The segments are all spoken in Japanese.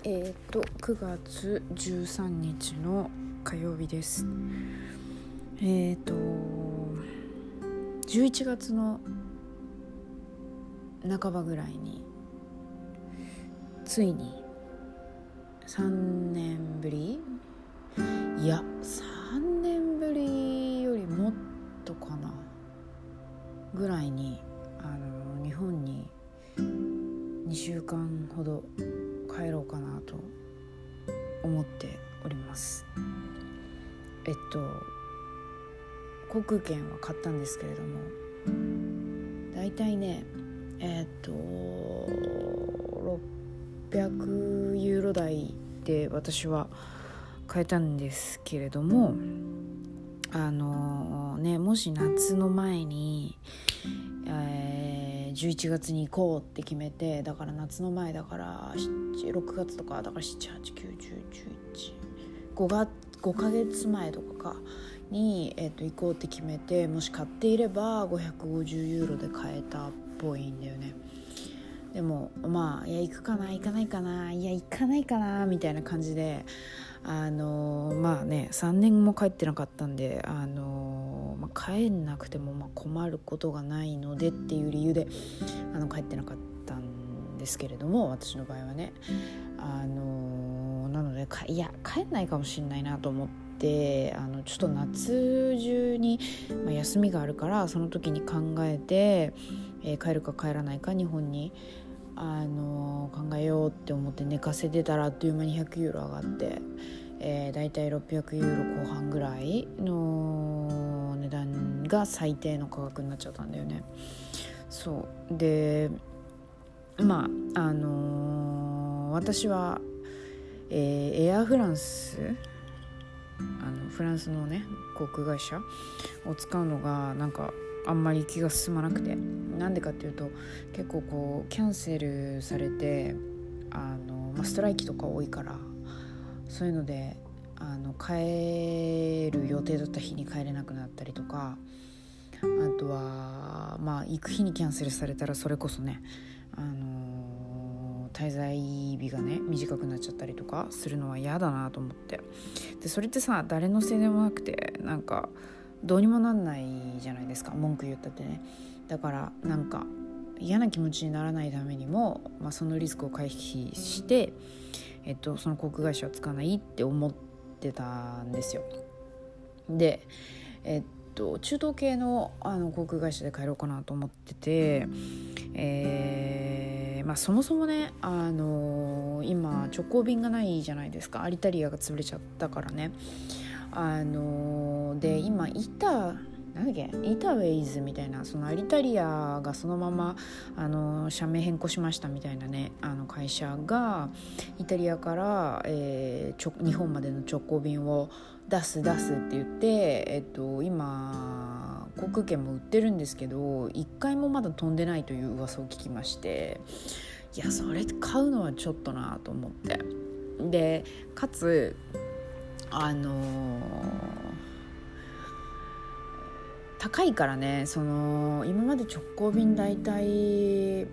9月13日の火曜日です。11月の半ばぐらいについに3年ぶり3年ぶりよりもっとかなぐらいに日本に2週間ほど帰ろうかなと思っております。航空券は買ったんですけれども、だいたいね600ユーロ台で私は買えたんですけれども、もし夏の前に、11月に行こうって決めて、だから夏の前だから6月とかだから7、8、9、10、11 5ヶ月前とかに、行こうって決めて、もし買っていれば550ユーロで買えたっぽいんだよね。でも行くかな行かないかな、行かないかなみたいな感じで3年も帰ってなかったんで帰んなくても困ることがないのでっていう理由で帰ってなかったんですけれども、私の場合はねなので帰んないかもしれないなと思ってちょっと夏中に、休みがあるからその時に考えて、帰るか帰らないか日本に考えようって思って寝かせてたら、あっという間に100ユーロ上がって、だいたい600ユーロ後半ぐらいの値段が最低の価格になっちゃったんだよね。そうで私は、エアフランスフランスのね航空会社を使うのがあんまり気が進まなくて、なんでかっていうと結構キャンセルされてストライキとか多いから、そういうので帰る予定だった日に帰れなくなったりとか、あとは行く日にキャンセルされたらそれこそね滞在日がね短くなっちゃったりとかするのは嫌だなと思って、でそれってさ誰のせいでもなくてどうにもなんないじゃないですか、文句言ったってね。だから嫌な気持ちにならないためにも、そのリスクを回避して、その航空会社を使わないって思ってたんですよ。で中東系の航空会社で帰ろうかなと思ってて、そもそもね今直行便がないじゃないですか。アリタリアが潰れちゃったからね。で今イタウェイズみたいな、そのアリタリアがそのまま社名変更しましたみたいなね会社がイタリアから、日本までの直行便を出すって言って、今航空券も売ってるんですけど1回もまだ飛んでないという噂を聞きまして、それ買うのはちょっとなと思って、でかつ高いからね、今まで直行便だいたい600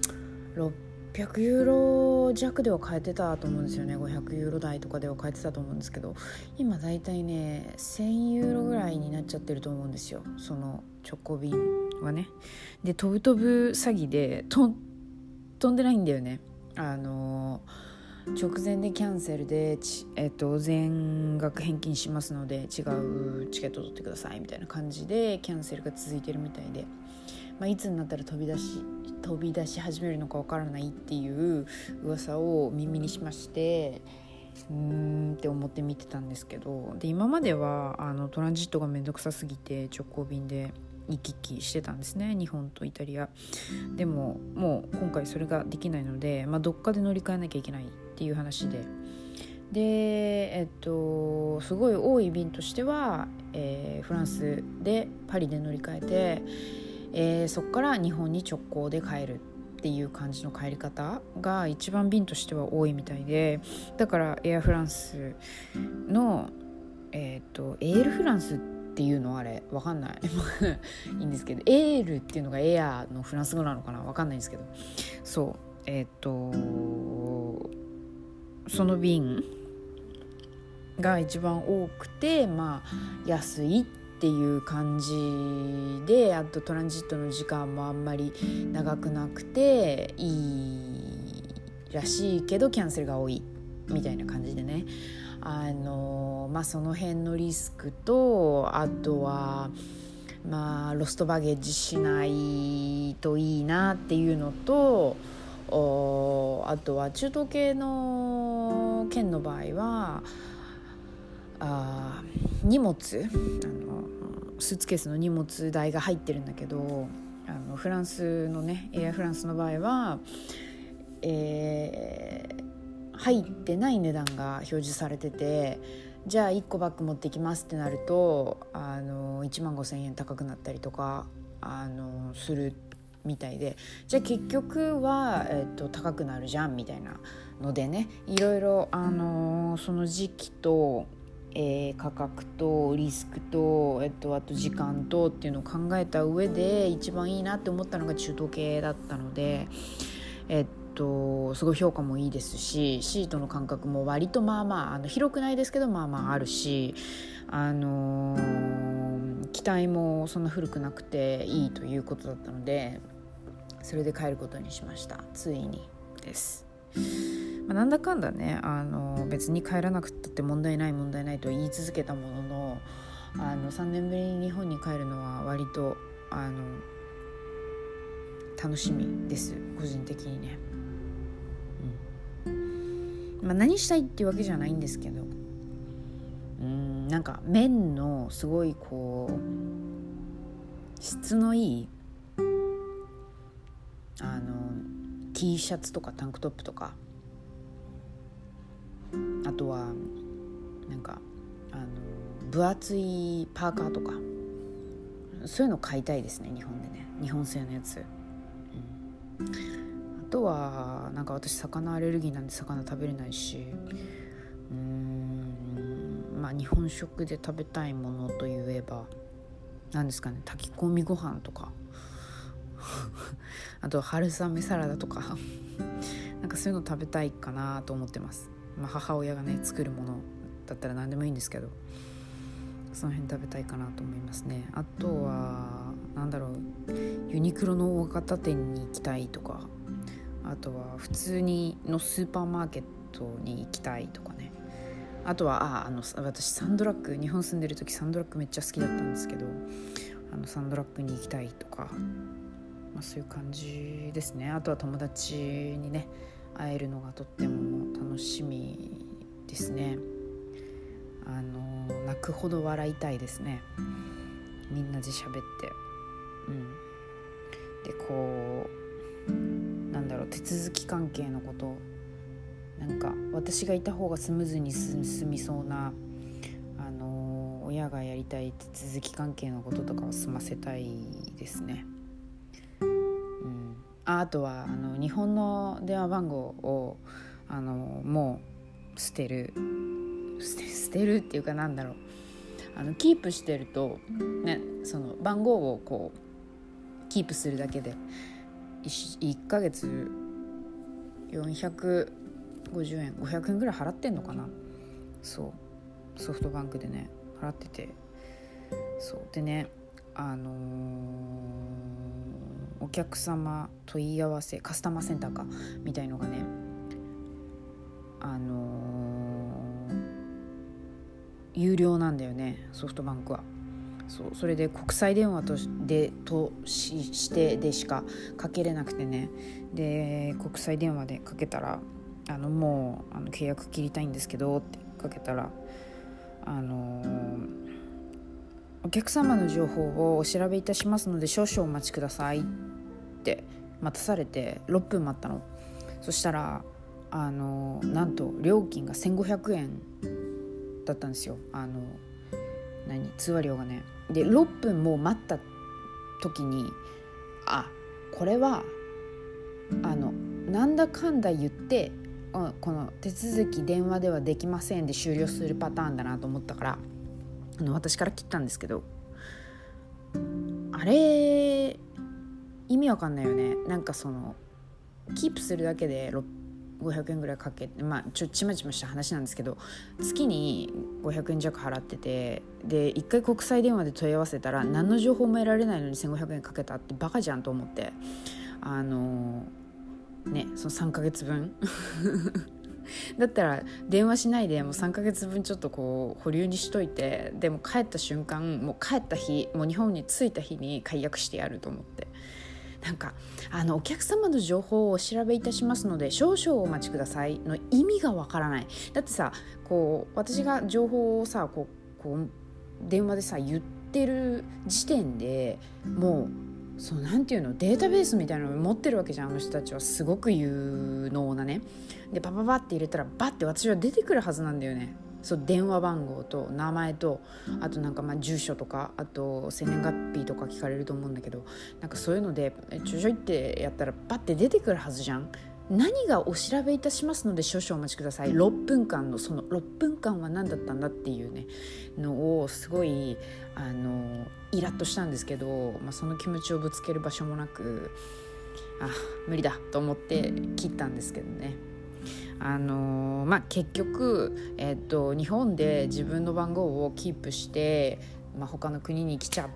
ユーロ弱では買えてたと思うんですよね。500ユーロ台とかでは買えてたと思うんですけど、今だいたいね1000ユーロぐらいになっちゃってると思うんですよ、その直行便はね。で飛ぶ詐欺で飛んでないんだよね。直前でキャンセルで、全額返金しますので違うチケット取ってくださいみたいな感じでキャンセルが続いてるみたいで、いつになったら飛び出し始めるのかわからないっていう噂を耳にしまして、って思って見てたんですけど、で今まではトランジットがめんどくさすぎて直行便で行き来してたんですね、日本とイタリア。でももう今回それができないので、どっかで乗り換えなきゃいけないっていう話ですごい多い便としては、フランスでパリで乗り換えて、そこから日本に直行で帰るっていう感じの帰り方が一番便としては多いみたいで、だからエアフランスのエールフランスっていうのあれわかんないいいんですけど、エールっていうのがエアのフランス語なのかなわかんないんですけど、そうその便が一番多くて、安いっていう感じで、あとトランジットの時間もあんまり長くなくていいらしいけどキャンセルが多いみたいな感じでね、その辺のリスクと、あとはロストバゲージしないといいなっていうのと、あとは中東系の県の場合は荷物スーツケースの荷物代が入ってるんだけど、フランスのねエアフランスの場合は、入ってない値段が表示されてて、じゃあ1個バッグ持ってきますってなると1万5,000円高くなったりとかするみたいで、じゃあ結局は、高くなるじゃんみたいなのでね、いろいろ、その時期と、価格とリスクと、あと時間とっていうのを考えた上で一番いいなって思ったのが中東系だったので、すごい評価もいいですし、シートの間隔も割と広くないですけどあるし、機体もそんな古くなくていいということだったので、それで帰ることにしました。ついにです。なんだかんだね別に帰らなくたって問題ないと言い続けたものの、3年ぶりに日本に帰るのは割と楽しみです、個人的にね。何したいっていうわけじゃないんですけど、なんか綿のすごいこう質のいいT シャツとかタンクトップとか、あとはなんか分厚いパーカーとか、そういうの買いたいですね、日本でね、日本製のやつ。あとはなんか私魚アレルギーなんで魚食べれないし、日本食で食べたいものといえば何ですかね、炊き込みご飯とかあと春雨サラダとかなんかそういうの食べたいかなと思ってます。母親がね作るものだったら何でもいいんですけど、その辺食べたいかなと思いますね。あとはユニクロの大型店に行きたいとか、あとは普通にのスーパーマーケットに行きたいとかね。あとは私サンドラッグ、日本住んでる時サンドラッグめっちゃ好きだったんですけど、サンドラッグに行きたいとか、そういう感じですね。あとは友達にね会えるのがとっても楽しみですね。泣くほど笑いたいですね、みんなで喋って。でこう手続き関係のこと、なんか私がいた方がスムーズに進みそうな親がやりたい手続き関係のこととかを済ませたいですね。あとは日本の電話番号をもう捨てるっていうかキープしてるとね、その番号をこうキープするだけで 1ヶ月450円500円ぐらい払ってんのかな。そうソフトバンクでね払ってて、そうでねお客様問い合わせカスタマーセンターかみたいのがね有料なんだよね、ソフトバンクは。それで国際電話としてでしかかけれなくてね、で国際電話でかけたらもう契約切りたいんですけどってかけたらお客様の情報をお調べいたしますので少々お待ちくださいって待たされて6分待ったの。そしたらなんと料金が1500円だったんですよ、通話料がね。で6分も待った時にこれはなんだかんだ言ってこの手続き電話ではできませんで終了するパターンだなと思ったから私から切ったんですけど、あれ意味わかんないよね。なんかキープするだけで 500円ぐらいかけて、ちまちました話なんですけど、月に500円弱払ってて、で1回国際電話で問い合わせたら何の情報も得られないのに1500円かけたってバカじゃんと思って、その3ヶ月分だったら電話しないでもう3ヶ月分ちょっとこう保留にしといて、でも帰った瞬間、もう帰った日、もう日本に着いた日に解約してやると思って、なんかお客様の情報をお調べいたしますので少々お待ちくださいの意味がわからない。だってさ、こう私が情報をさこう電話でさ言ってる時点でもうそうなんていうの、データベースみたいなのを持ってるわけじゃん、あの人たちは。すごく有能なね。でパパパって入れたらバッて私は出てくるはずなんだよね。そう電話番号と名前と、あとなんか住所とか、あと生年月日とか聞かれると思うんだけど、なんかそういうのでちょいってやったらバッて出てくるはずじゃん。何がお調べいたしますので少々お待ちください、6分間のその6分間は何だったんだっていうねのをすごいイラッとしたんですけど、その気持ちをぶつける場所もなく、無理だと思って切ったんですけどね。結局、日本で自分の番号をキープして、他の国に来ちゃって、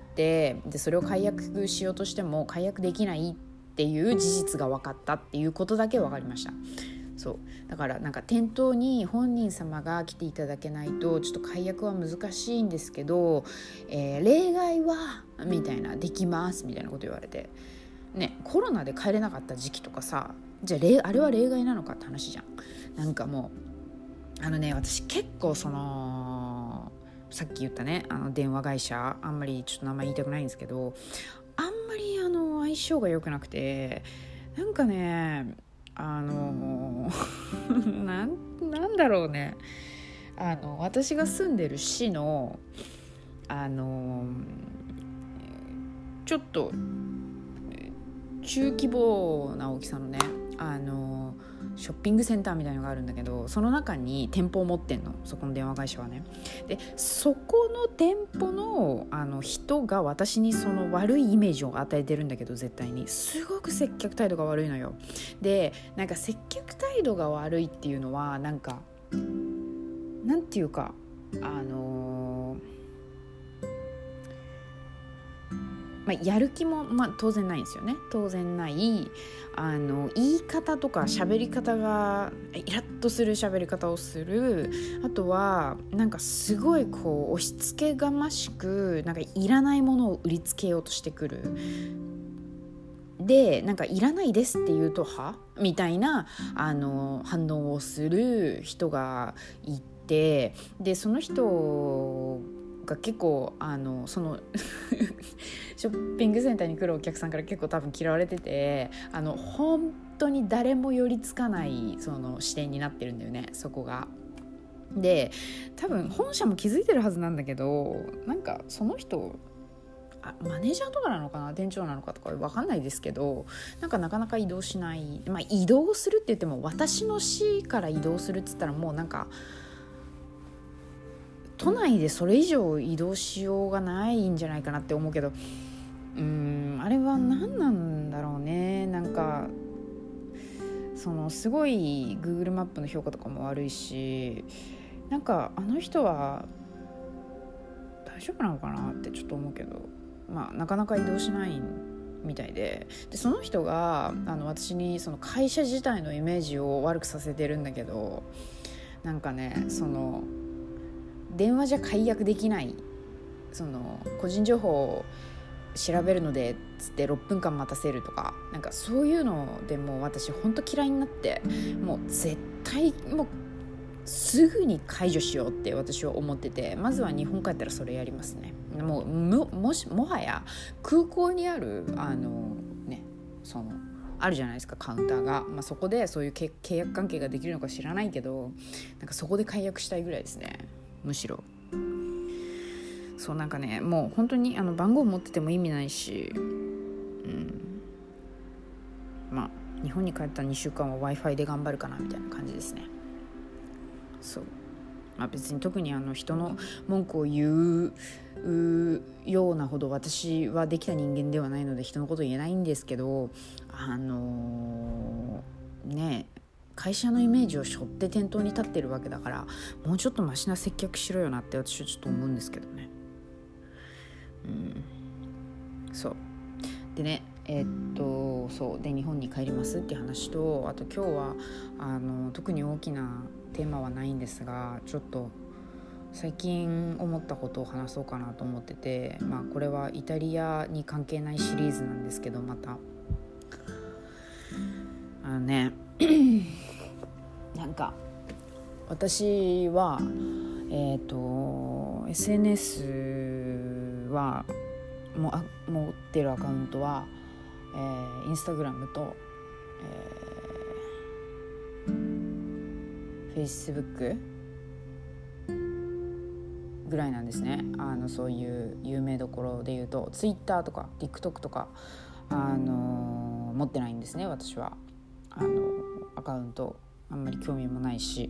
でそれを解約しようとしても解約できないっていう事実が分かったっていうことだけ分かりました。そうだからなんか店頭に本人様が来ていただけないとちょっと解約は難しいんですけど、例外はみたいな、できますみたいなこと言われてね、コロナで帰れなかった時期とかさ、じゃああれは例外なのかって話じゃん。なんかもう私結構さっき言ったね電話会社、あんまりちょっと名前言いたくないんですけど、あんまり相性が良くなくて、なんかねなんだろうね、私が住んでる市のちょっと中規模な大きさのねショッピングセンターみたいなのがあるんだけど、その中に店舗を持ってんの、そこの電話会社はね。でそこの店舗の人が私にその悪いイメージを与えてるんだけど、絶対にすごく接客態度が悪いのよ。でなんか接客態度が悪いっていうのはなんていうかやる気も、当然ないんですよね。当然ない言い方とか喋り方がイラッとする喋り方をする。あとはなんかすごいこう押し付けがましくなんかいらないものを売りつけようとしてくる。でなんかいらないですって言うとはみたいな反応をする人がいて、でその人が結構そのショッピングセンターに来るお客さんから結構多分嫌われてて、本当に誰も寄りつかないその視点になってるんだよね、そこが。で多分本社も気づいてるはずなんだけど、なんかその人マネージャーとかなのかな、店長なのかとか分かんないですけど、なかなか移動しない。移動するって言っても私の市から移動するって言ったらもうなんか都内でそれ以上移動しようがないんじゃないかなって思うけど、あれは何なんだろうね。なんかすごい Google マップの評価とかも悪いし、なんかあの人は大丈夫なのかなってちょっと思うけど、なかなか移動しないみたいで、その人が私にその会社自体のイメージを悪くさせてるんだけど、なんかね電話じゃ解約できない、個人情報を調べるのでつって6分間待たせるとか、なんかそういうのでもう私本当嫌いになって、もう絶対もうすぐに解除しようって私は思ってて、まずは日本帰ったらそれやりますね。もはや空港にあるあるじゃないですか、カウンターが、そこでそういう契約関係ができるのか知らないけど、なんかそこで解約したいぐらいですね、むしろ。そうなんかね、もう本当に番号持ってても意味ないし、日本に帰った2週間は Wi-Fi で頑張るかなみたいな感じですね。そう、別に特に人の文句を言うようなほど私はできた人間ではないので人のこと言えないんですけど、 会社のイメージを背負って店頭に立ってるわけだから、もうちょっとマシな接客しろよなって私はちょっと思うんですけどね。そうでね、そうで日本に帰りますって話と、あと今日は特に大きなテーマはないんですが、ちょっと最近思ったことを話そうかなと思ってて、これはイタリアに関係ないシリーズなんですけど、またなんか私はSNS は持ってるアカウントは、インスタグラムと、フェイスブックぐらいなんですね。そういう有名どころで言うとツイッターとか TikTok とか持ってないんですね。私はアカウントあんまり興味もないし、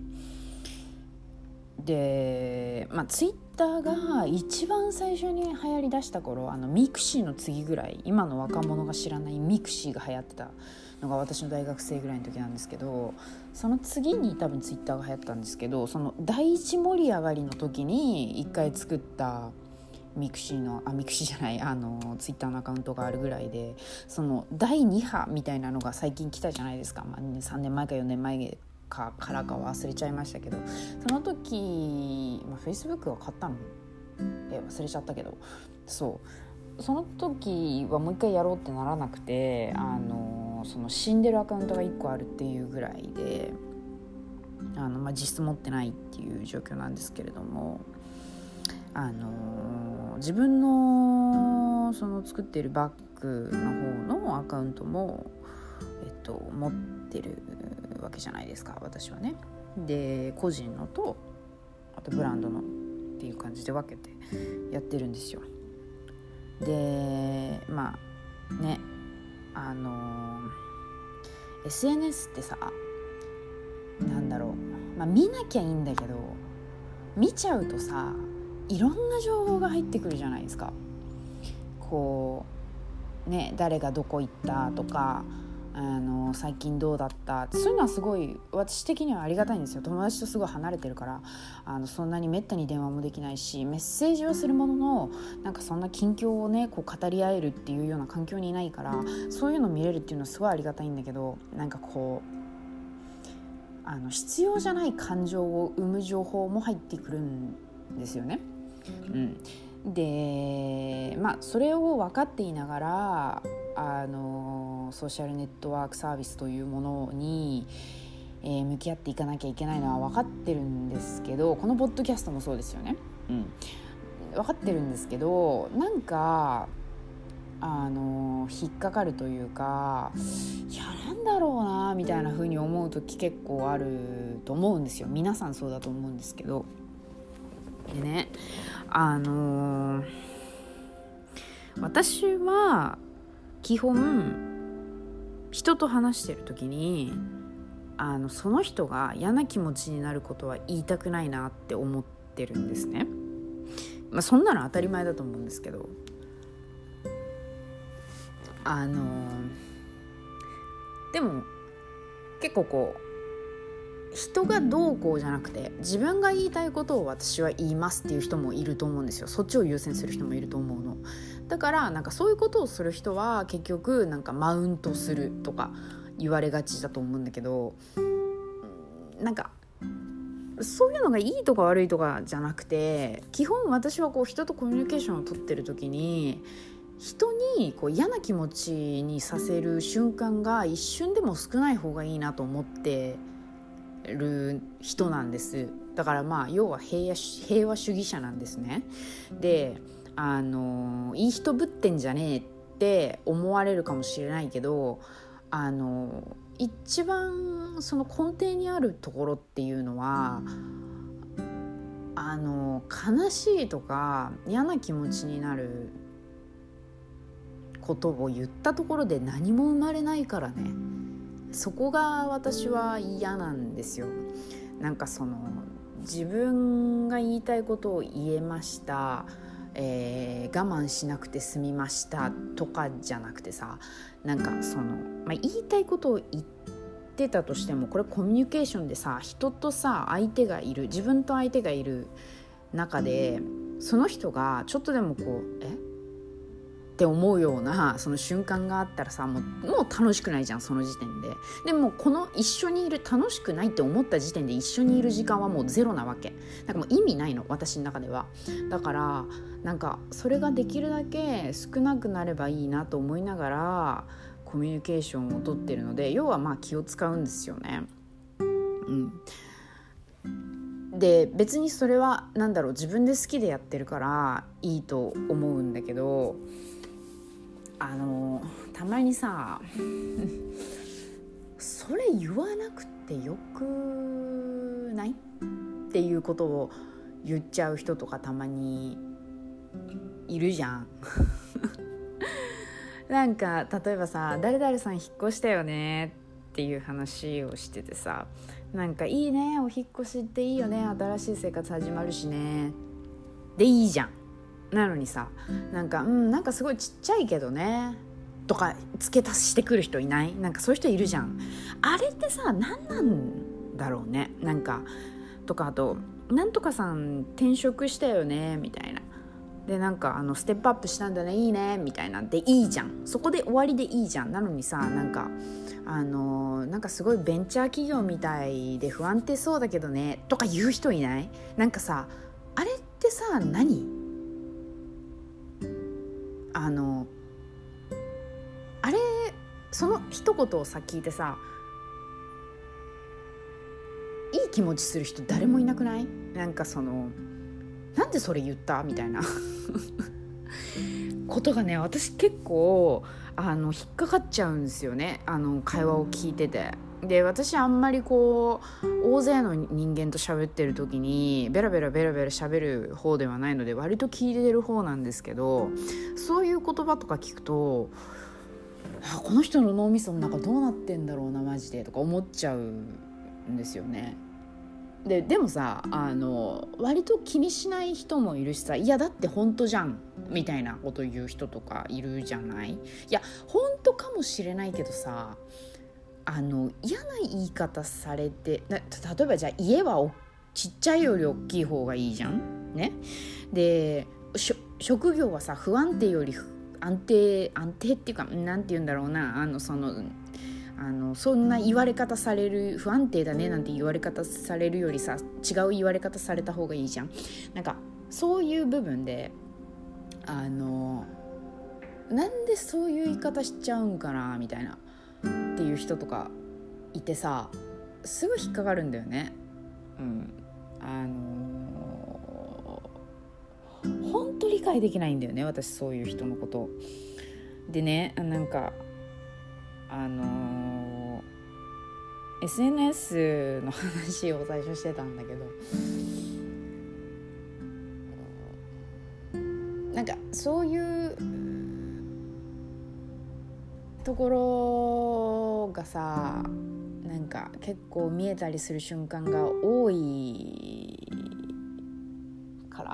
でツイッターが一番最初に流行りだした頃、ミクシーの次ぐらい、今の若者が知らないミクシーが流行ってたのが私の大学生ぐらいの時なんですけど、その次に多分ツイッターが流行ったんですけど、その第一盛り上がりの時に一回作ったミクシーじゃないツイッターのアカウントがあるぐらいで、その第2波みたいなのが最近来たじゃないですか。3年前か4年前からか忘れちゃいましたけど、その時、Facebook が買ったの忘れちゃったけど、その時はもう一回やろうってならなくて、その死んでるアカウントが1個あるっていうぐらいで、実質持ってないっていう状況なんですけれども、自分のその作っているバッグの方のアカウントも、持ってるわけじゃないですか、私はね。で個人のとあとブランドのっていう感じで分けてやってるんですよ。でSNS ってさ、見なきゃいいんだけど、見ちゃうとさ、いろんな情報が入ってくるじゃないですか。誰がどこ行ったとか、最近どうだったって、そういうのはすごい私的にはありがたいんですよ。友達とすごい離れてるから、そんなにめったに電話もできないし、メッセージはするものの、そんな近況をね語り合えるっていうような環境にいないから、そういうの見れるっていうのはすごいありがたいんだけど、必要じゃない感情を生む情報も入ってくるんですよね。でそれを分かっていながらソーシャルネットワークサービスというものに、向き合っていかなきゃいけないのは分かってるんですけど、このポッドキャストもそうですよね。分かってるんですけど、引っかかるというか、なんだろうなみたいな風に思う時結構あると思うんですよ。皆さんそうだと思うんですけど、でね、私は基本人と話してる時にその人が嫌な気持ちになることは言いたくないなって思ってるんですね。そんなの当たり前だと思うんですけど、でも結構人がどうこうじゃなくて、自分が言いたいことを私は言いますっていう人もいると思うんですよ。そっちを優先する人もいると思うの。だからそういうことをする人は結局マウントするとか言われがちだと思うんだけど、そういうのがいいとか悪いとかじゃなくて、基本私は人とコミュニケーションを取ってる時に人に嫌な気持ちにさせる瞬間が一瞬でも少ない方がいいなと思ってる人なんです。だから要は平和主義者なんですね。でいい人ぶってんじゃねえって思われるかもしれないけど、一番その根底にあるところっていうのは悲しいとか嫌な気持ちになることを言ったところで何も生まれないからね。そこが私は嫌なんですよ。自分が言いたいことを言えました、我慢しなくて済みましたとかじゃなくてさ、言いたいことを言っってたとしても、これコミュニケーションでさ、人とさ相手がいる、自分と相手がいる中で、その人がちょっとでもこうって思うようなその瞬間があったらさ、もう楽しくないじゃん、その時点で。でもこの一緒にいる、楽しくないって思った時点で一緒にいる時間はもうゼロなわけ。なんかもう意味ないの、私の中では。だからなんかそれができるだけ少なくなればいいなと思いながらコミュニケーションをとってるので、要はまあ気を使うんですよね。で別にそれは自分で好きでやってるからいいと思うんだけど、たまにさそれ言わなくてよくないっていうことを言っちゃう人とかたまにいるじゃんなんか例えばさ、誰々さん引っ越したよねっていう話をしててさ、なんかいいね、お引っ越しっていいよね、新しい生活始まるしねでいいじゃん。なのにさ、なんかすごいちっちゃいけどねとか付け足してくる人いない？なんかそういう人いるじゃん。あれってさ、何なんだろうね。なんかとか、あとなんとかさん転職したよねみたいな、でなんかステップアップしたんだね、いいねみたいなんでいいじゃん。そこで終わりでいいじゃん。なのにさ、なんかすごいベンチャー企業みたいで不安定そうだけどねとか言う人いない？なんかさ、あれってさ、何？あれ、その一言をさ聞いてさ、いい気持ちする人誰もいなくない？なんかなんでそれ言ったみたいなことがね、私結構引っかかっちゃうんですよね、会話を聞いてて。で私あんまりこう大勢の人間と喋ってる時にベラベラ喋る方ではないので、割と聞いてる方なんですけど、そういう言葉とか聞くと、この人の脳みその中どうなってんだろうなマジでとか思っちゃうんですよね。でもさ、割と気にしない人もいるしさ、いやだって本当じゃんみたいなこと言う人とかいるじゃない？いや本当かもしれないけどさ、嫌な言い方されて、例えばじゃあ家はちっちゃいより大きい方がいいじゃんね。で職業はさ、不安定より安定っていうか、なんて言うんだろうな、そんな言われ方される、不安定だねなんて言われ方されるよりさ、違う言われ方された方がいいじゃん。なんかそういう部分でなんでそういう言い方しちゃうんかなみたいなっていう人とかいてさ、すぐ引っかかるんだよね。本当理解できないんだよね、私そういう人のことでね。なんかSNS の話を最初してたんだけど、なんかそういうところがさ、なんか結構見えたりする瞬間が多いから、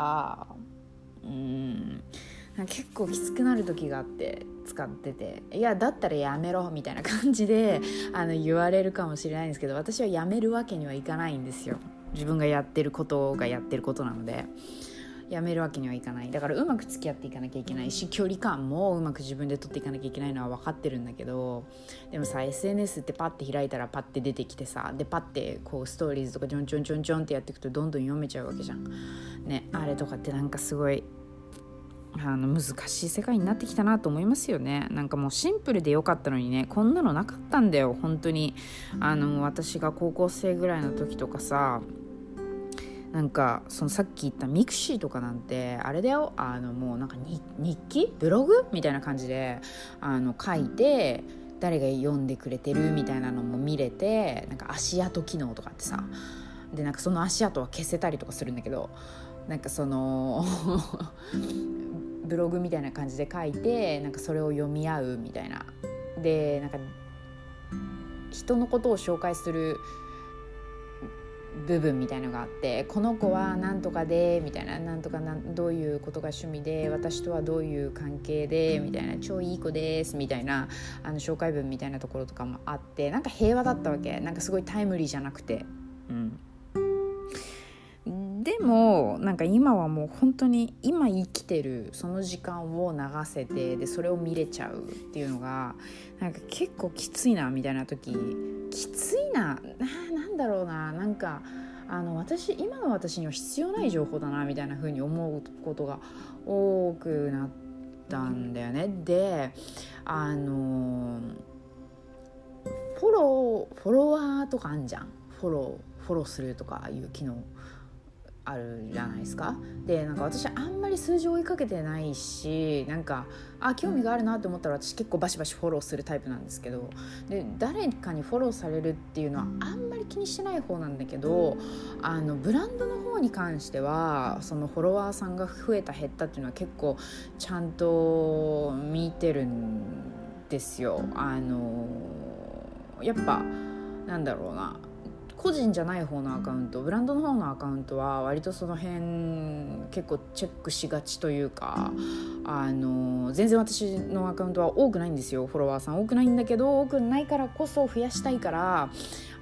結構きつくなる時があって使ってて、いやだったらやめろみたいな感じで言われるかもしれないんですけど、私はやめるわけにはいかないんですよ。自分がやってることがやってることなのでやめるわけにはいかない。だからうまく付き合っていかなきゃいけないし、距離感もうまく自分で取っていかなきゃいけないのは分かってるんだけど、でもさ SNS ってパッて開いたらパッて出てきてさ、でパッてこうストーリーズとかちょんちょんちょんちょんってやっていくとどんどん読めちゃうわけじゃんね。あれとかってなんかすごい難しい世界になってきたなと思いますよね。なんかもうシンプルでよかったのにね、こんなのなかったんだよ本当に。私が高校生ぐらいの時とかさ、なんかさっき言ったミクシーとかなんてあれだよ、もうなんか日記ブログみたいな感じで書いて誰が読んでくれてるみたいなのも見れて、なんか足跡機能とかってさ、でなんかその足跡は消せたりとかするんだけど、なんかブログみたいな感じで書いて、なんかそれを読み合うみたいな。でなんか人のことを紹介する部分みたいのがあって、この子はなんとかでみたいな、なんとかどういうことが趣味で、私とはどういう関係でみたいな、超いい子ですみたいな紹介文みたいなところとかもあって、なんか平和だったわけ。なんかすごいタイムリーじゃなくて、でもなんか今はもう本当に今生きてるその時間を流せて、でそれを見れちゃうっていうのがなんか結構きついなみたいな時、きついな、なんだろうな、なんか今の私には必要ない情報だなみたいな風に思うことが多くなったんだよね。でフォロワーとかあんじゃん。フォローするとかいう機能あるじゃないですか。でなんか私あんまり数字追いかけてないし、なんか興味があるなと思ったら私結構バシバシフォローするタイプなんですけど、で誰かにフォローされるっていうのはあんまり気にしてない方なんだけど、ブランドの方に関してはそのフォロワーさんが増えた減ったっていうのは結構ちゃんと見てるんですよ。やっぱなんだろうな、個人じゃない方のアカウント、ブランドの方のアカウントは割とその辺結構チェックしがちというか、全然私のアカウントは多くないんですよ。フォロワーさん多くないんだけど、多くないからこそ増やしたいから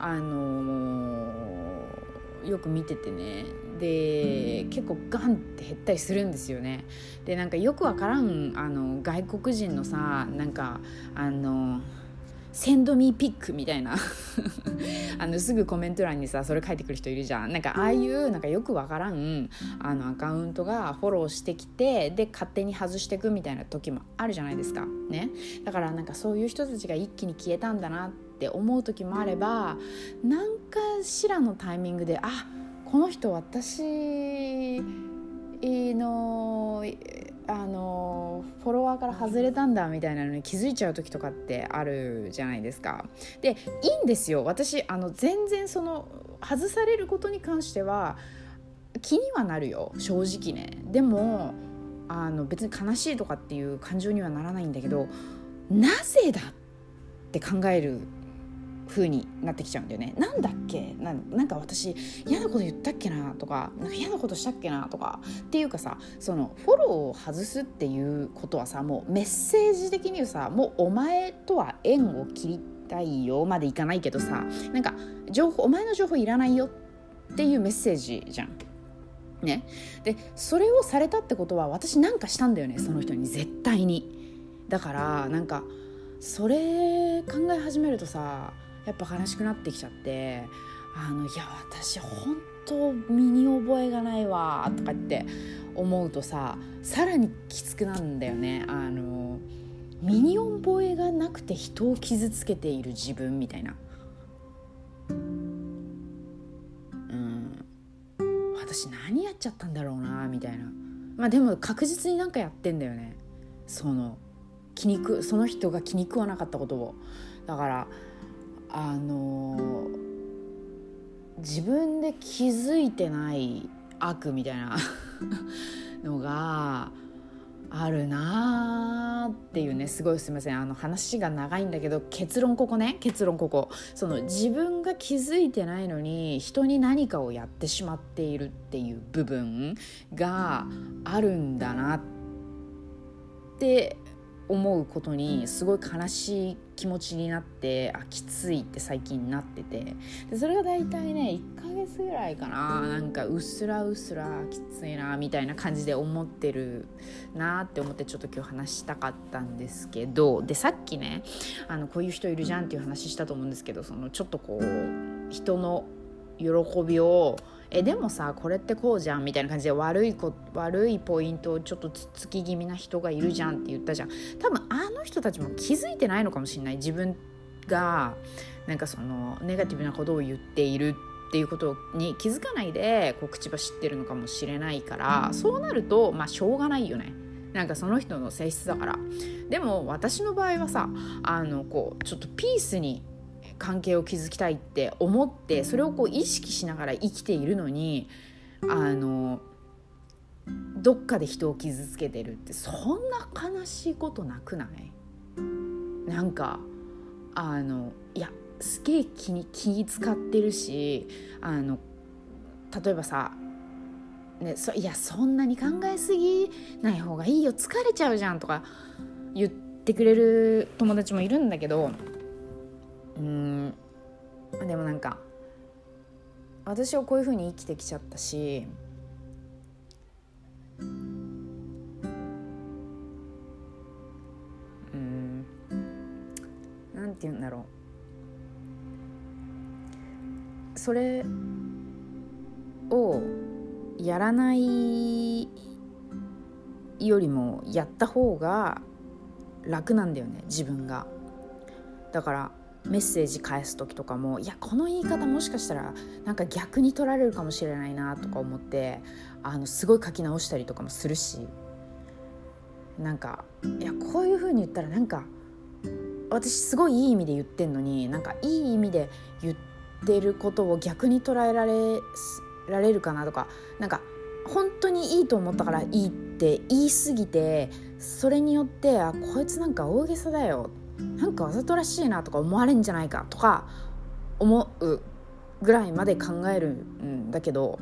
よく見ててね。で結構ガンって減ったりするんですよね。でなんかよくわからん外国人のさ、なんかセンドミーピックみたいなすぐコメント欄にさそれ書いてくる人いるじゃん。なんかああいうなんかよくわからんアカウントがフォローしてきて、で勝手に外していくみたいな時もあるじゃないですかね。だからなんかそういう人たちが一気に消えたんだなって思う時もあれば、なんかしらのタイミングでこの人私のフォロワーから外れたんだみたいなのに気づいちゃう時とかってあるじゃないですか。でいいんですよ、私全然その外されることに関しては気にはなるよ、正直ね。でも別に悲しいとかっていう感情にはならないんだけど、なぜだって考える風になってきちゃうんだよね。なんだっけ、なんか私嫌なこと言ったっけなとか、なんか嫌なことしたっけなとかっていうかさ、そのフォローを外すっていうことはさ、もうメッセージ的に言うさ、もうお前とは縁を切りたいよまでいかないけどさ、なんかお前の情報いらないよっていうメッセージじゃんね。でそれをされたってことは私なんかしたんだよね、その人に絶対に。だからなんかそれ考え始めるとさ、やっぱ悲しくなってきちゃって、いや私本当身に覚えがないわとかって思うとさ、さらにきつくなるんだよね。身に覚えがなくて人を傷つけている自分みたいな、私何やっちゃったんだろうなみたいな。まあでも確実になんかやってんだよね、その人が気に食わなかったことを。だから自分で気づいてない悪みたいなのがあるなっていうね。すごいすいません、話が長いんだけど、結論ここその自分が気づいてないのに人に何かをやってしまっているっていう部分があるんだなって思うことにすごい悲しい気持ちになって、きついって最近なってて、でそれがだいたいね1ヶ月ぐらいかな、なんかうっすらきついなみたいな感じで思ってるなって思って、ちょっと今日話したかったんですけど、でさっきねこういう人いるじゃんっていう話したと思うんですけど、そのちょっとこう人の喜びをでもさこれってこうじゃんみたいな感じで悪いポイントをちょっとつつき気味な人がいるじゃんって言ったじゃん。多分あの人たちも気づいてないのかもしれない。自分がなんかそのネガティブなことを言っているっていうことに気づかないでこう口走ってるのかもしれないから、そうなるとしょうがないよね。なんかその人の性質だから。でも私の場合はさこうちょっとピースに関係を築きたいって思って、それをこう意識しながら生きているのにどっかで人を傷つけてるって、そんな悲しいことなくない？なんかいやすげえ気使ってるし例えばさ、ね、いやそんなに考えすぎない方がいいよ、疲れちゃうじゃんとか言ってくれる友達もいるんだけど、でもなんか私はこういう風に生きてきちゃったし、なんて言うんだろう、それをやらないよりもやった方が楽なんだよね、自分が。だからメッセージ返す時とかも、いやこの言い方もしかしたらなんか逆に取られるかもしれないなとか思って、すごい書き直したりとかもするし、なんかいやこういう風に言ったらなんか私すごいいい意味で言ってんのに、なんかいい意味で言ってることを逆に捉えられるかなとか、なんか本当にいいと思ったからいいって言い過ぎて、それによってこいつなんか大げさだよ、なんかわざとらしいなとか思われんじゃないかとか思うぐらいまで考えるんだけど、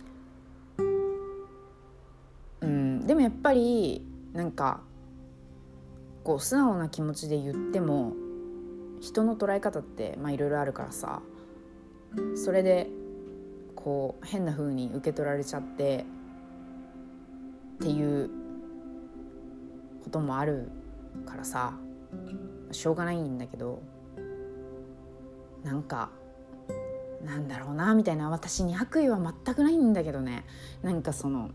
でもやっぱりなんかこう素直な気持ちで言っても人の捉え方っていろいろあるからさ、それでこう変な風に受け取られちゃってっていうこともあるからさ、しょうがないんだけど、なんかなんだろうなみたいな、私に悪意は全くないんだけどね、なんかその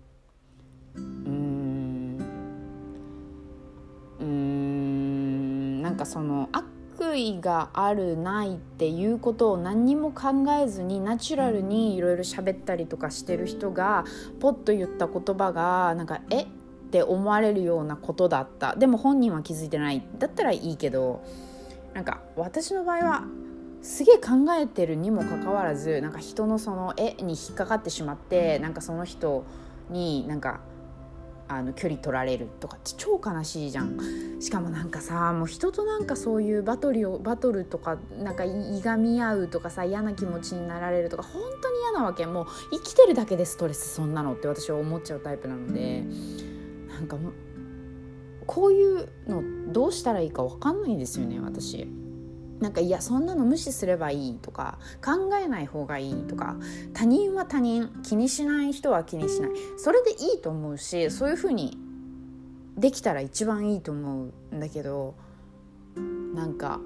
なんかその悪意があるないっていうことを何にも考えずにナチュラルにいろいろ喋ったりとかしてる人がポッと言った言葉がなんかって思われるようなことだった。でも本人は気づいてないだったらいいけど、なんか私の場合はすげえ考えてるにもかかわらず、なんか人のそのに引っかかってしまって、なんかその人になんか距離取られるとかって超悲しいじゃん。しかもなんかさ、もう人となんかそういうバトルとかなんかいがみ合うとかさ、嫌な気持ちになられるとか本当に嫌なわけ。もう生きてるだけでストレス、そんなのって私は思っちゃうタイプなので、なんかこういうのどうしたらいいか分かんないんですよね、私。なんかいやそんなの無視すればいいとか考えない方がいいとか、他人は他人、気にしない人は気にしない、それでいいと思うし、そういう風にできたら一番いいと思うんだけど、なんか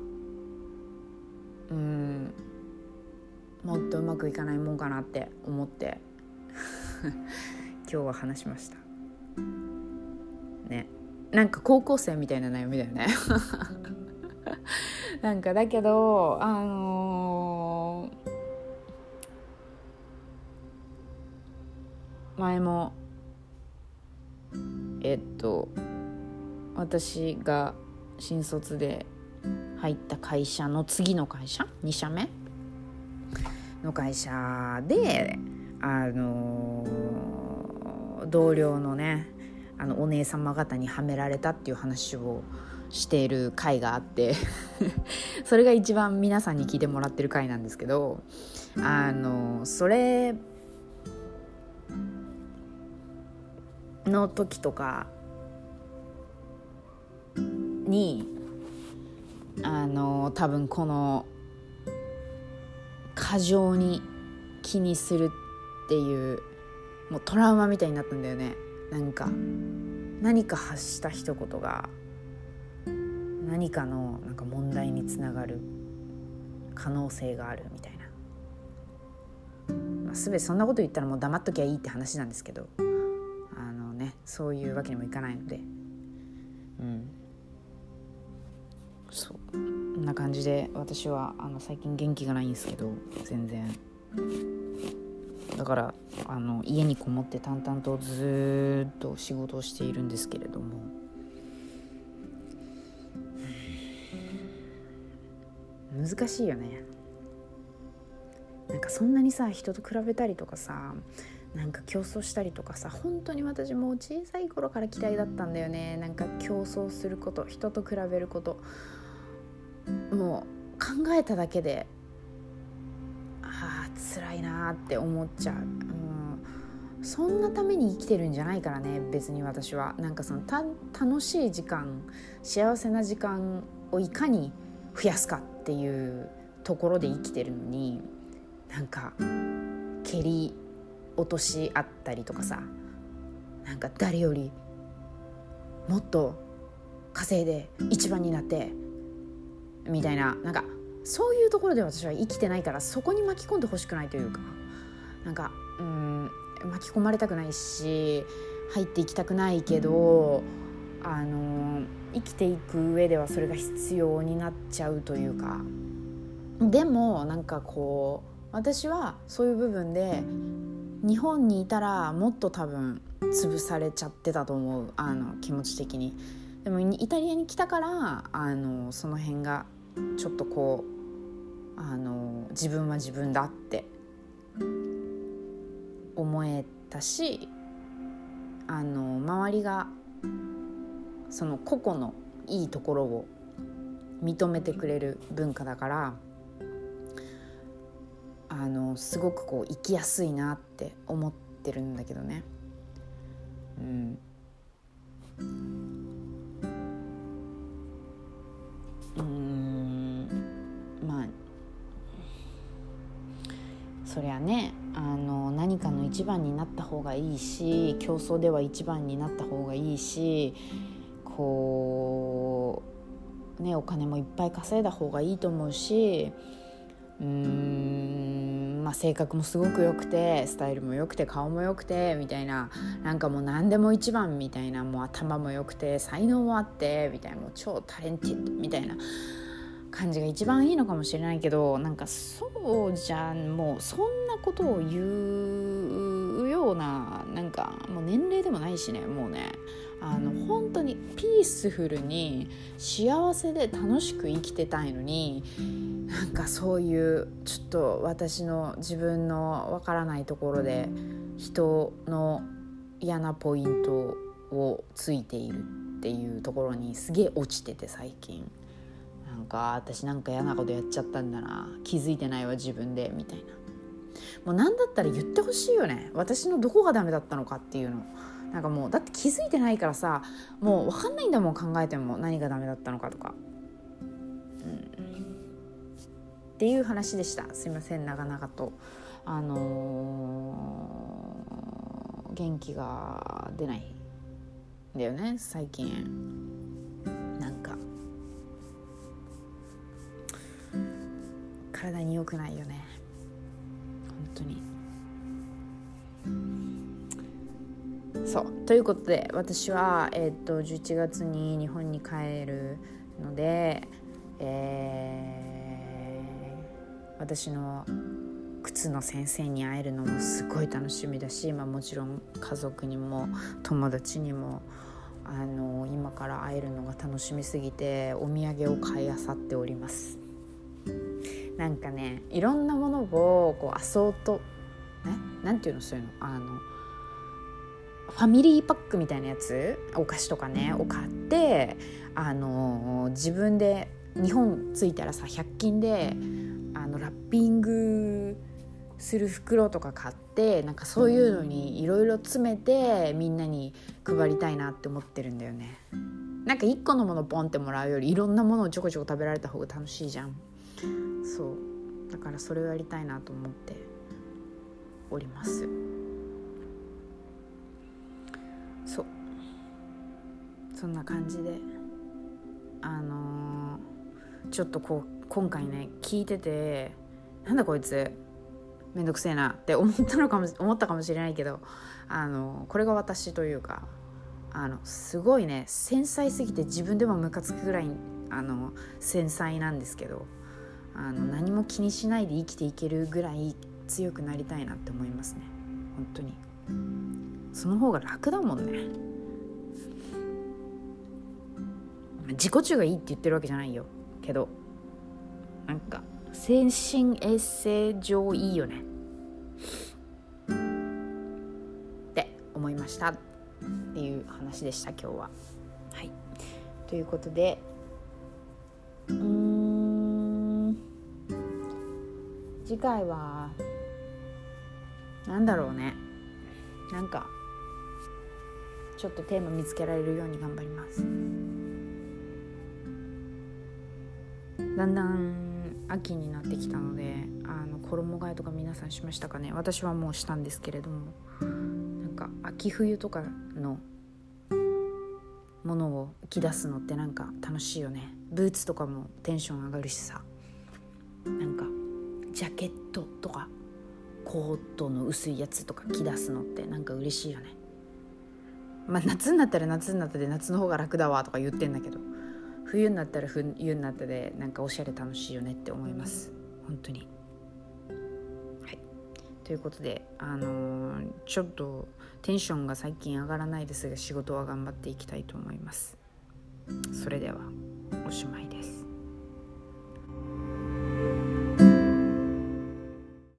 もっとうまくいかないもんかなって思って今日は話しましたね。なんか高校生みたいな悩みだよねなんかだけど前も私が新卒で入った会社の次の会社2社目の会社で同僚のねお姉様方にはめられたっていう話をしている回があってそれが一番皆さんに聞いてもらってる回なんですけど、それの時とかに多分この過剰に気にするっていうもうトラウマみたいになったんだよね。なんか何か発した一言が何かのなんか問題につながる可能性があるみたいな、全てそんなこと言ったらもう黙っときゃいいって話なんですけど、そういうわけにもいかないので、そうこんな感じで私は最近元気がないんですけど、全然だから家にこもって淡々とずっと仕事をしているんですけれども、難しいよね。なんかそんなにさ人と比べたりとかさ、なんか競争したりとかさ、本当に私もう小さい頃から嫌いだったんだよね。なんか競争すること、人と比べること、もう考えただけで辛いなって思っちゃう。そんなために生きてるんじゃないからね、別に私は。なんかその楽しい時間、幸せな時間をいかに増やすかっていうところで生きてるのに、なんか蹴り落としあったりとかさ、なんか誰よりもっと稼いで一番になってみたいな、なんかそういうところで私は生きてないから、そこに巻き込んでほしくないというか、なんか巻き込まれたくないし入っていきたくないけど、生きていく上ではそれが必要になっちゃうというか。でもなんかこう、私はそういう部分で日本にいたらもっと多分潰されちゃってたと思う、気持ち的に。でもイタリアに来たからその辺がちょっとこう自分は自分だって思えたし、周りがその個々のいいところを認めてくれる文化だから、すごくこう生きやすいなって思ってるんだけどね。まあそりゃね、何かの一番になった方がいいし、競争では一番になった方がいいし、こうね、お金もいっぱい稼いだ方がいいと思うし、性格もすごく良くて、スタイルも良くて、顔も良くてみたいな、なんかもう何でも一番みたいな、もう頭も良くて才能もあってみたいな、もう超タレンティッドみたいな感じが一番いいのかもしれないけど、なんかそうじゃん、もうそんなことを言うような、なんかもう年齢でもないしね、もうね、本当にピースフルに幸せで楽しく生きてたいのに、なんかそういうちょっと私の自分のわからないところで人の嫌なポイントをついているっていうところにすげえ落ちてて、最近なんか私なんか嫌なことやっちゃったんだな、気づいてないわ自分でみたいな。もうなんだったら言ってほしいよね、私のどこがダメだったのかっていうの。なんかもうだって気づいてないからさ、もう分かんないんだもん、考えても何がダメだったのかとか、っていう話でした。すいません、長々と元気が出ないんだよね最近。なんか体に良くないよね、本当に。そうということで、私は、11月に日本に帰るので、私の靴の先生に会えるのもすごい楽しみだし、もちろん家族にも友達にも今から会えるのが楽しみすぎて、お土産を買い漁っております。なんかね、いろんなものをこうアソート、なんていうの、そういうの、ファミリーパックみたいなやつ、お菓子とかねを買って、自分で日本着いたらさ、100均でラッピングする袋とか買って、なんかそういうのにいろいろ詰めてみんなに配りたいなって思ってるんだよね。なんか1個のものポンってもらうよりいろんなものをちょこちょこ食べられた方が楽しいじゃん。そうだからそれをやりたいなと思っております。そうそんな感じでちょっとこう今回ね聞いてて、なんだこいつめんどくせえなって思ったかもしれないけど、これが私というか、すごいね繊細すぎて自分でもムカつくぐらい繊細なんですけど、何も気にしないで生きていけるぐらい強くなりたいなって思いますね。本当にその方が楽だもんね。自己中がいいって言ってるわけじゃないよけど、なんか精神衛生上いいよねって思いましたっていう話でした今日は。はい、ということで次回はなんだろうね、なんかちょっとテーマ見つけられるように頑張ります。だんだん秋になってきたので、衣替えとか皆さんしましたかね。私はもうしたんですけれども、なんか秋冬とかのものを着出すのってなんか楽しいよね。ブーツとかもテンション上がるしさ、なんかジャケットとかコートの薄いやつとか着出すのってなんか嬉しいよね。まあ夏になったら夏になったで夏の方が楽だわとか言ってんだけど、冬になったら冬になったでなんかおしゃれ楽しいよねって思います本当に。はい、ということでちょっとテンションが最近上がらないですが、仕事は頑張っていきたいと思います。それではおしまいです。